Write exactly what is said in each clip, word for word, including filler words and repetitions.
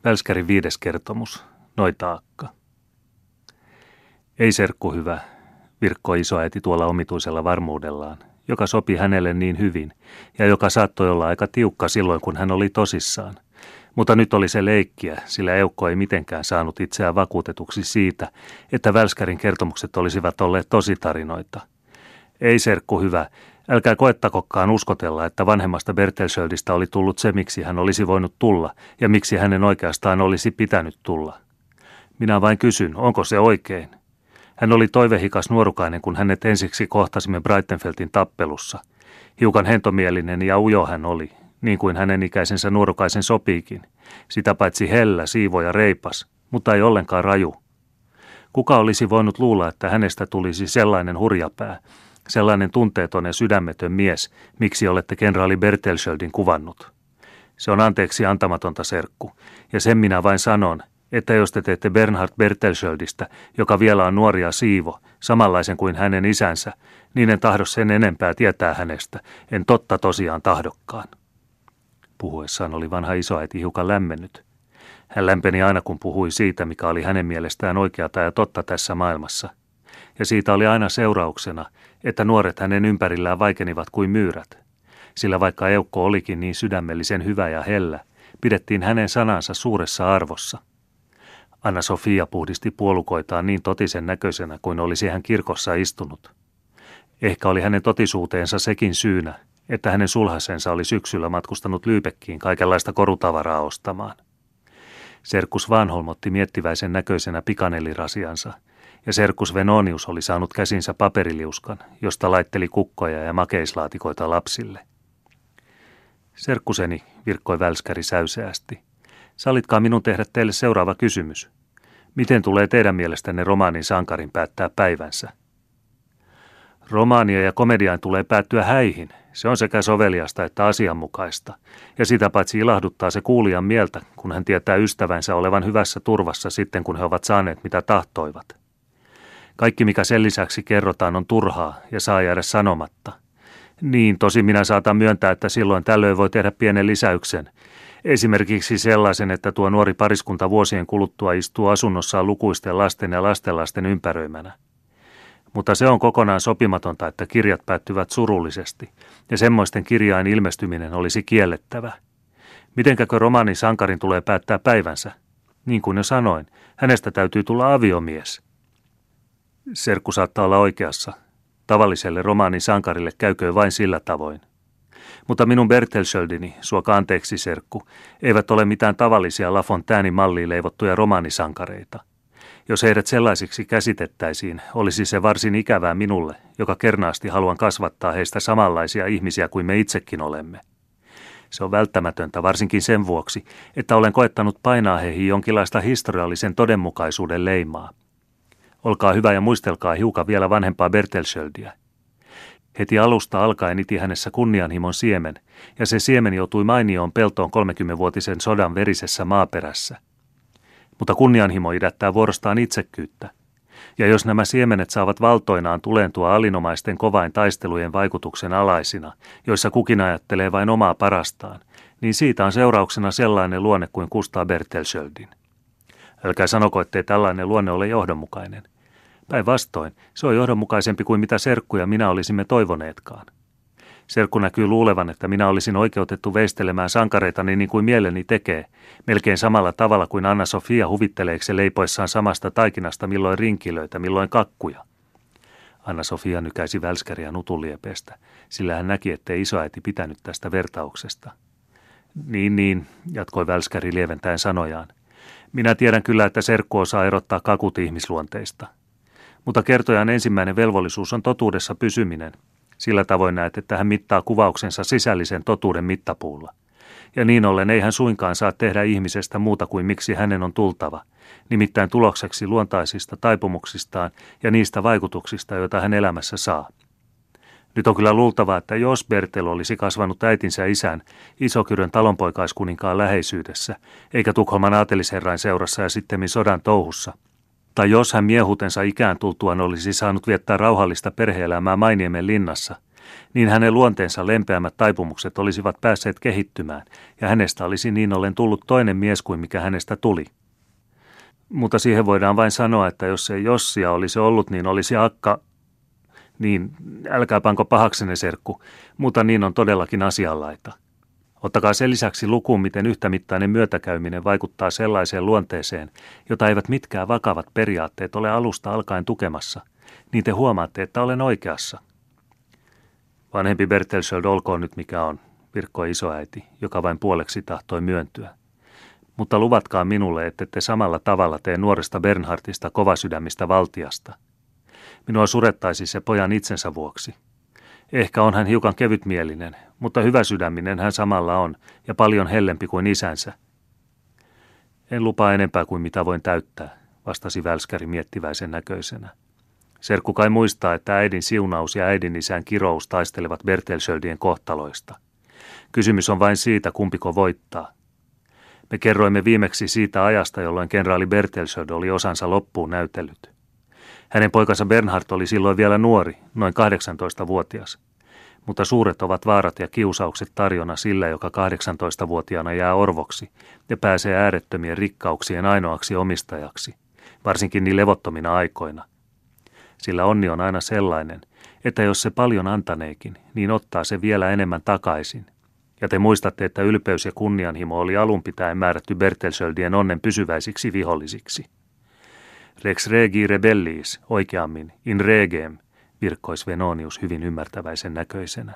Välskärin viides kertomus, Noitaakka. Ei serkku hyvä, virkkoi isoäiti tuolla omituisella varmuudellaan, joka sopi hänelle niin hyvin ja joka saattoi olla aika tiukka silloin, kun hän oli tosissaan. Mutta nyt oli se leikkiä, sillä Eukko ei mitenkään saanut itseään vakuutetuksi siitä, että Välskärin kertomukset olisivat olleet tositarinoita. Ei serkku hyvä, älkää koettakokkaan uskotella, että vanhemmasta Bertelschöldistä oli tullut se, miksi hän olisi voinut tulla ja miksi hänen oikeastaan olisi pitänyt tulla. Minä vain kysyn, onko se oikein? Hän oli toivehikas nuorukainen, kun hänet ensiksi kohtasimme Breitenfeldin tappelussa. Hiukan hentomielinen ja ujo hän oli, niin kuin hänen ikäisensä nuorukaisen sopiikin. Sitä paitsi hellä, siivo ja reipas, mutta ei ollenkaan raju. Kuka olisi voinut luulla, että hänestä tulisi sellainen hurjapää, sellainen tunteeton ja sydämetön mies, miksi olette kenraali Bertelschöldin kuvannut? Se on anteeksi antamatonta, serkku, ja sen minä vain sanon, että jos te teette Bernhard Bertelschöldistä, joka vielä on nuori ja siivo, samanlaisen kuin hänen isänsä, niin en tahdo sen enempää tietää hänestä, en totta tosiaan tahdokkaan. Puhuessaan oli vanha isoäiti hiukan lämmennyt. Hän lämpeni aina, kun puhui siitä, mikä oli hänen mielestään oikeata ja totta tässä maailmassa. Ja siitä oli aina seurauksena, että nuoret hänen ympärillään vaikenivat kuin myyrät. Sillä vaikka Eukko olikin niin sydämellisen hyvä ja hellä, pidettiin hänen sanansa suuressa arvossa. Anna-Sofia puhdisti puolukoitaan niin totisen näköisenä kuin olisi hän kirkossa istunut. Ehkä oli hänen totisuuteensa sekin syynä, että hänen sulhasensa oli syksyllä matkustanut Lübeckiin kaikenlaista korutavaraa ostamaan. Serkkus Vanholm otti miettiväisen näköisenä pikanellirasiansa, ja serkkus Venonius oli saanut käsinsä paperiliuskan, josta laitteli kukkoja ja makeislaatikoita lapsille. Serkkuseni, virkkoi Välskäri säyseästi, sallitkaa minun tehdä teille seuraava kysymys. Miten tulee teidän mielestänne romaanin sankarin päättää päivänsä? Romaania ja komediaan tulee päättyä häihin. Se on sekä soveliasta että asianmukaista, ja sitä paitsi ilahduttaa se kuulijan mieltä, kun hän tietää ystävänsä olevan hyvässä turvassa sitten, kun he ovat saaneet mitä tahtoivat. Kaikki, mikä sen lisäksi kerrotaan, on turhaa ja saa jäädä sanomatta. Niin, tosi minä saatan myöntää, että silloin tällöin voi tehdä pienen lisäyksen. Esimerkiksi sellaisen, että tuo nuori pariskunta vuosien kuluttua istuu asunnossaan lukuisten lasten ja lastenlasten ympäröimänä. Mutta se on kokonaan sopimatonta, että kirjat päättyvät surullisesti, ja semmoisten kirjain ilmestyminen olisi kiellettävä. Mitenkäkö romaanin sankarin tulee päättää päivänsä? Niin kuin jo sanoin, hänestä täytyy tulla aviomies. Serkku saattaa olla oikeassa. Tavalliselle romaanin sankarille käyköön vain sillä tavoin. Mutta minun Bertelschöldini, suoka anteeksi serkku, eivät ole mitään tavallisia La Fontainein malliin leivottuja romaanisankareita. Jos heidät sellaisiksi käsitettäisiin, olisi se varsin ikävää minulle, joka kernaasti haluan kasvattaa heistä samanlaisia ihmisiä kuin me itsekin olemme. Se on välttämätöntä varsinkin sen vuoksi, että olen koettanut painaa heihin jonkinlaista historiallisen todenmukaisuuden leimaa. Olkaa hyvä ja muistelkaa hiukan vielä vanhempaa Bertelschöldiä. Heti alusta alkaen iti hänessä kunnianhimon siemen, ja se siemen joutui mainioon peltoon kolmekymmenvuotisen sodan verisessä maaperässä. Mutta kunnianhimo idättää vuorostaan itsekkyyttä. Ja jos nämä siemenet saavat valtoinaan tuleentua alinomaisten kovain taistelujen vaikutuksen alaisina, joissa kukin ajattelee vain omaa parastaan, niin siitä on seurauksena sellainen luonne kuin Kustaa Bertelschöldin. Älkää sanoko, ettei tällainen luonne ole johdonmukainen. Päinvastoin, se on johdonmukaisempi kuin mitä serkku ja minä olisimme toivoneetkaan. Serkku näkyy luulevan, että minä olisin oikeutettu veistelemään sankareitani niin kuin mieleni tekee, melkein samalla tavalla kuin Anna-Sofia huvitteleeksi leipoissaan samasta taikinasta milloin rinkilöitä, milloin kakkuja. Anna-Sofia nykäisi Välskäriä nutuliepeestä, sillä hän näki, ettei isoäiti pitänyt tästä vertauksesta. Niin, niin, jatkoi Välskäri lieventäen sanojaan. Minä tiedän kyllä, että serkku osaa erottaa kakut ihmisluonteista. Mutta kertojan ensimmäinen velvollisuus on totuudessa pysyminen. Sillä tavoin näet, että hän mittaa kuvauksensa sisällisen totuuden mittapuulla. Ja niin ollen ei hän suinkaan saa tehdä ihmisestä muuta kuin miksi hänen on tultava, nimittäin tulokseksi luontaisista taipumuksistaan ja niistä vaikutuksista, joita hän elämässä saa. Nyt on kyllä luultavaa, että jos Bertel olisi kasvanut äitinsä isän Isokyrön talonpoikaiskuninkaan läheisyydessä, eikä Tukholman aatelisherrain seurassa ja sittemmin sodan touhussa, tai jos hän miehutensa ikään tultuaan olisi saanut viettää rauhallista perhe-elämää Mainiemen linnassa, Niin hänen luonteensa lempeämmät taipumukset olisivat päässeet kehittymään, ja hänestä olisi niin ollen tullut toinen mies kuin mikä hänestä tuli. Mutta siihen voidaan vain sanoa, että jos ei Jossia olisi ollut, niin olisi Akka... Niin, älkää panko pahaksenne, serkku, mutta niin on todellakin asianlaita. Ottakaa sen lisäksi lukuun, miten yhtämittainen myötäkäyminen vaikuttaa sellaiseen luonteeseen, jota eivät mitkään vakavat periaatteet ole alusta alkaen tukemassa, niin te huomaatte, että olen oikeassa. Vanhempi Bertelschöld olkoon nyt mikä on, virkkoi isoäiti, joka vain puoleksi tahtoi myöntyä. Mutta luvatkaa minulle, että te samalla tavalla tee nuoresta Bernhardista kovasydämistä valtiasta. Minua surettaisi se pojan itsensä vuoksi. Ehkä on hän hiukan kevytmielinen, mutta hyväsydäminen hän samalla on ja paljon hellempi kuin isänsä. En lupaa enempää kuin mitä voin täyttää, vastasi Välskäri miettiväisen näköisenä. Serkku kai muistaa, että äidin siunaus ja äidin isän kirous taistelevat Bertelschöldien kohtaloista. Kysymys on vain siitä, kumpiko voittaa. Me kerroimme viimeksi siitä ajasta, jolloin kenraali Bertelschöld oli osansa loppuun näytellyt. Hänen poikansa Bernhard oli silloin vielä nuori, noin kahdeksantoistavuotias. Mutta suuret ovat vaarat ja kiusaukset tarjona sillä, joka kahdeksantoistavuotiaana jää orvoksi ja pääsee äärettömien rikkauksien ainoaksi omistajaksi, varsinkin niin levottomina aikoina. Sillä onni on aina sellainen, että jos se paljon antaneekin, niin ottaa se vielä enemmän takaisin. Ja te muistatte, että ylpeys ja kunnianhimo oli alun pitäen määrätty Bertelschöldien onnen pysyväisiksi vihollisiksi. Rex regi rebelliis, oikeammin, in regem, virkkoi Svenonius hyvin ymmärtäväisen näköisenä.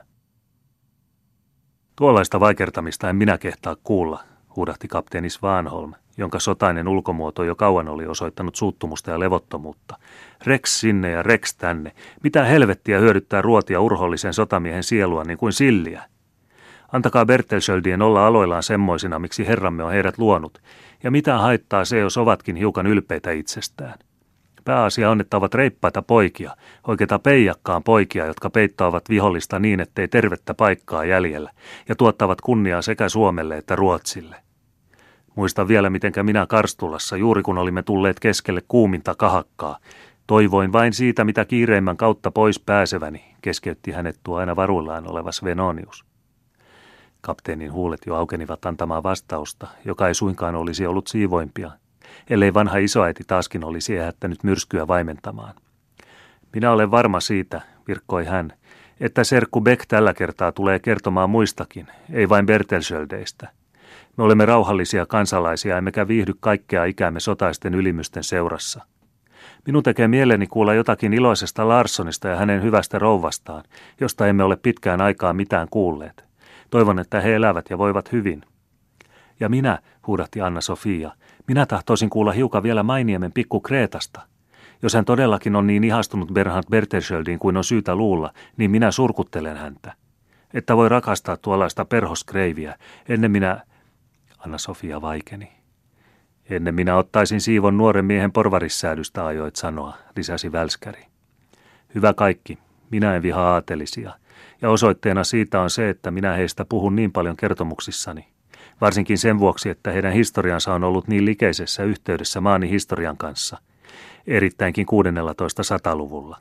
Tuollaista vaikertamista en minä kehtaa kuulla, huudahti kapteeni Svanholm, jonka sotainen ulkomuoto jo kauan oli osoittanut suuttumusta ja levottomuutta. Rex sinne ja Rex tänne. Mitä helvettiä hyödyttää ruotia urhollisen sotamiehen sielua niin kuin silliä? Antakaa Bertelschöldien olla aloillaan semmoisina, miksi Herramme on heidät luonut, ja mitä haittaa se, jos ovatkin hiukan ylpeitä itsestään. Pääasia on, että ovat reippaita poikia, oikeita peijakkaan poikia, jotka peittävät vihollista niin, ettei tervettä paikkaa jäljellä, ja tuottavat kunniaa sekä Suomelle että Ruotsille. Muistan vielä, mitenkä minä Karstulassa, juuri kun olimme tulleet keskelle kuuminta kahakkaa, toivoin vain siitä, mitä kiireimmän kautta pois pääseväni, keskeytti hänet tuo aina varuillaan oleva Svenonius. Kapteenin huulet jo aukenivat antamaan vastausta, joka ei suinkaan olisi ollut siivoimpia, ellei vanha isoäiti taaskin olisi ehättänyt myrskyä vaimentamaan. Minä olen varma siitä, virkkoi hän, että serkku Beck tällä kertaa tulee kertomaan muistakin, ei vain Bertelschöldeistä. Me olemme rauhallisia kansalaisia, emmekä viihdy kaikkea ikämme sotaisten ylimysten seurassa. Minun tekee mieleni kuulla jotakin iloisesta Larssonista ja hänen hyvästä rouvastaan, josta emme ole pitkään aikaa mitään kuulleet. Toivon, että he elävät ja voivat hyvin. Ja minä, huudahti Anna-Sofia, minä tahtoisin kuulla hiukan vielä Mainiemen pikku Kreetasta. Jos hän todellakin on niin ihastunut Bernhard Bertelschöldiin kuin on syytä luulla, niin minä surkuttelen häntä. Että voi rakastaa tuollaista perhoskreiviä, ennen minä... Anna-Sofia vaikeni. Ennen minä ottaisin siivon nuoren miehen porvarissäädystä, ajoit sanoa, lisäsi Välskäri. Hyvä kaikki, minä en vihaa aatelisia. Ja osoitteena siitä on se, että minä heistä puhun niin paljon kertomuksissani. Varsinkin sen vuoksi, että heidän historiansa on ollut niin likeisessä yhteydessä maani historian kanssa. Erittäinkin kuudennellatoista sataluvulla.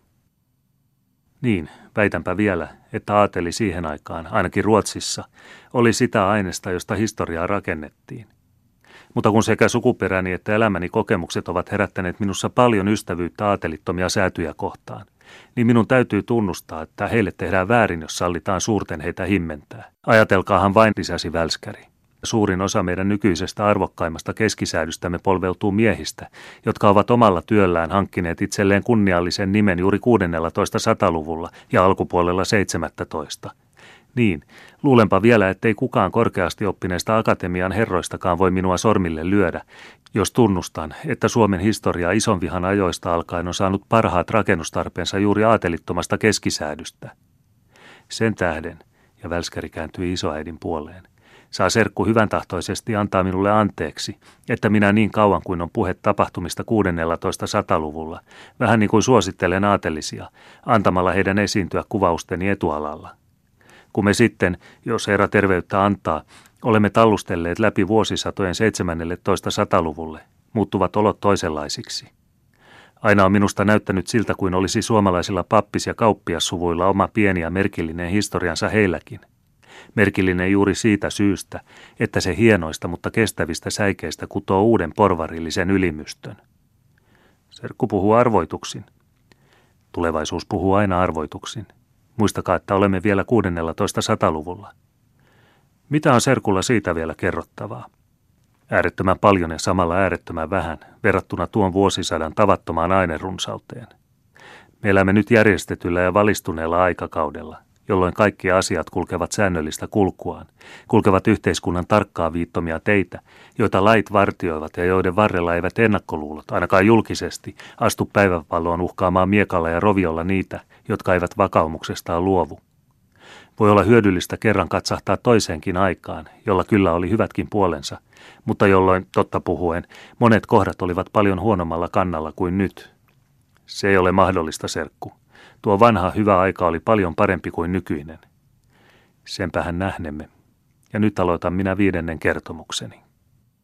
Niin, väitänpä vielä, että aateli siihen aikaan, ainakin Ruotsissa, oli sitä aineesta, josta historiaa rakennettiin. Mutta kun sekä sukuperäni että elämäni kokemukset ovat herättäneet minussa paljon ystävyyttä aatelittomia säätyjä kohtaan, niin minun täytyy tunnustaa, että heille tehdään väärin, jos sallitaan suurten heitä himmentää. Ajatelkaahan vain, lisäsi Välskäri. Suurin osa meidän nykyisestä arvokkaimmasta keskisäädystämme polveutuu miehistä, jotka ovat omalla työllään hankkineet itselleen kunniallisen nimen juuri kuudennellatoista sataluvulla ja alkupuolella seitsemästoista. Niin, luulenpa vielä, ettei kukaan korkeasti oppineista akatemian herroistakaan voi minua sormille lyödä, jos tunnustan, että Suomen historia isonvihan ajoista alkaen on saanut parhaat rakennustarpeensa juuri aatelittomasta keskisäädystä. Sen tähden, ja Välskäri kääntyi isoäidin puoleen, saa serkku hyvän tahtoisesti antaa minulle anteeksi, että minä niin kauan kuin on puhe tapahtumista kuudennellatoista sataluvulla, vähän niin kuin suosittelen aatelisia, antamalla heidän esiintyä kuvausteni etualalla. Kun me sitten, jos herra terveyttä antaa, olemme tallustelleet läpi vuosisatojen seitsemännelletoista sataluvulle, muuttuvat olot toisenlaisiksi. Aina on minusta näyttänyt siltä, kuin olisi suomalaisilla pappis- ja kauppiassuvuilla oma pieni ja merkillinen historiansa heilläkin. Merkillinen juuri siitä syystä, että se hienoista, mutta kestävistä säikeistä kutoo uuden porvarillisen ylimystön. Serkku puhuu arvoituksin. Tulevaisuus puhuu aina arvoituksin. Muistakaa, että olemme vielä kuudennellatoista sataluvulla. Mitä on Serkulla siitä vielä kerrottavaa? Äärettömän paljon ja samalla äärettömän vähän verrattuna tuon vuosisadan tavattomaan ainerunsauteen. Me elämme nyt järjestetyllä ja valistuneella aikakaudella, jolloin kaikki asiat kulkevat säännöllistä kulkuaan, kulkevat yhteiskunnan tarkkaa viittomia teitä, joita lait vartioivat ja joiden varrella eivät ennakkoluulot, ainakaan julkisesti, astu päivänvaloon uhkaamaan miekalla ja roviolla niitä, jotka eivät vakaumuksestaan luovu. Voi olla hyödyllistä kerran katsahtaa toiseenkin aikaan, jolla kyllä oli hyvätkin puolensa, mutta jolloin, totta puhuen, monet kohdat olivat paljon huonommalla kannalla kuin nyt. Se ei ole mahdollista, Serkku. Tuo vanha hyvä aika oli paljon parempi kuin nykyinen. Senpähän nähnemme. Ja nyt aloitan minä viidennen kertomukseni.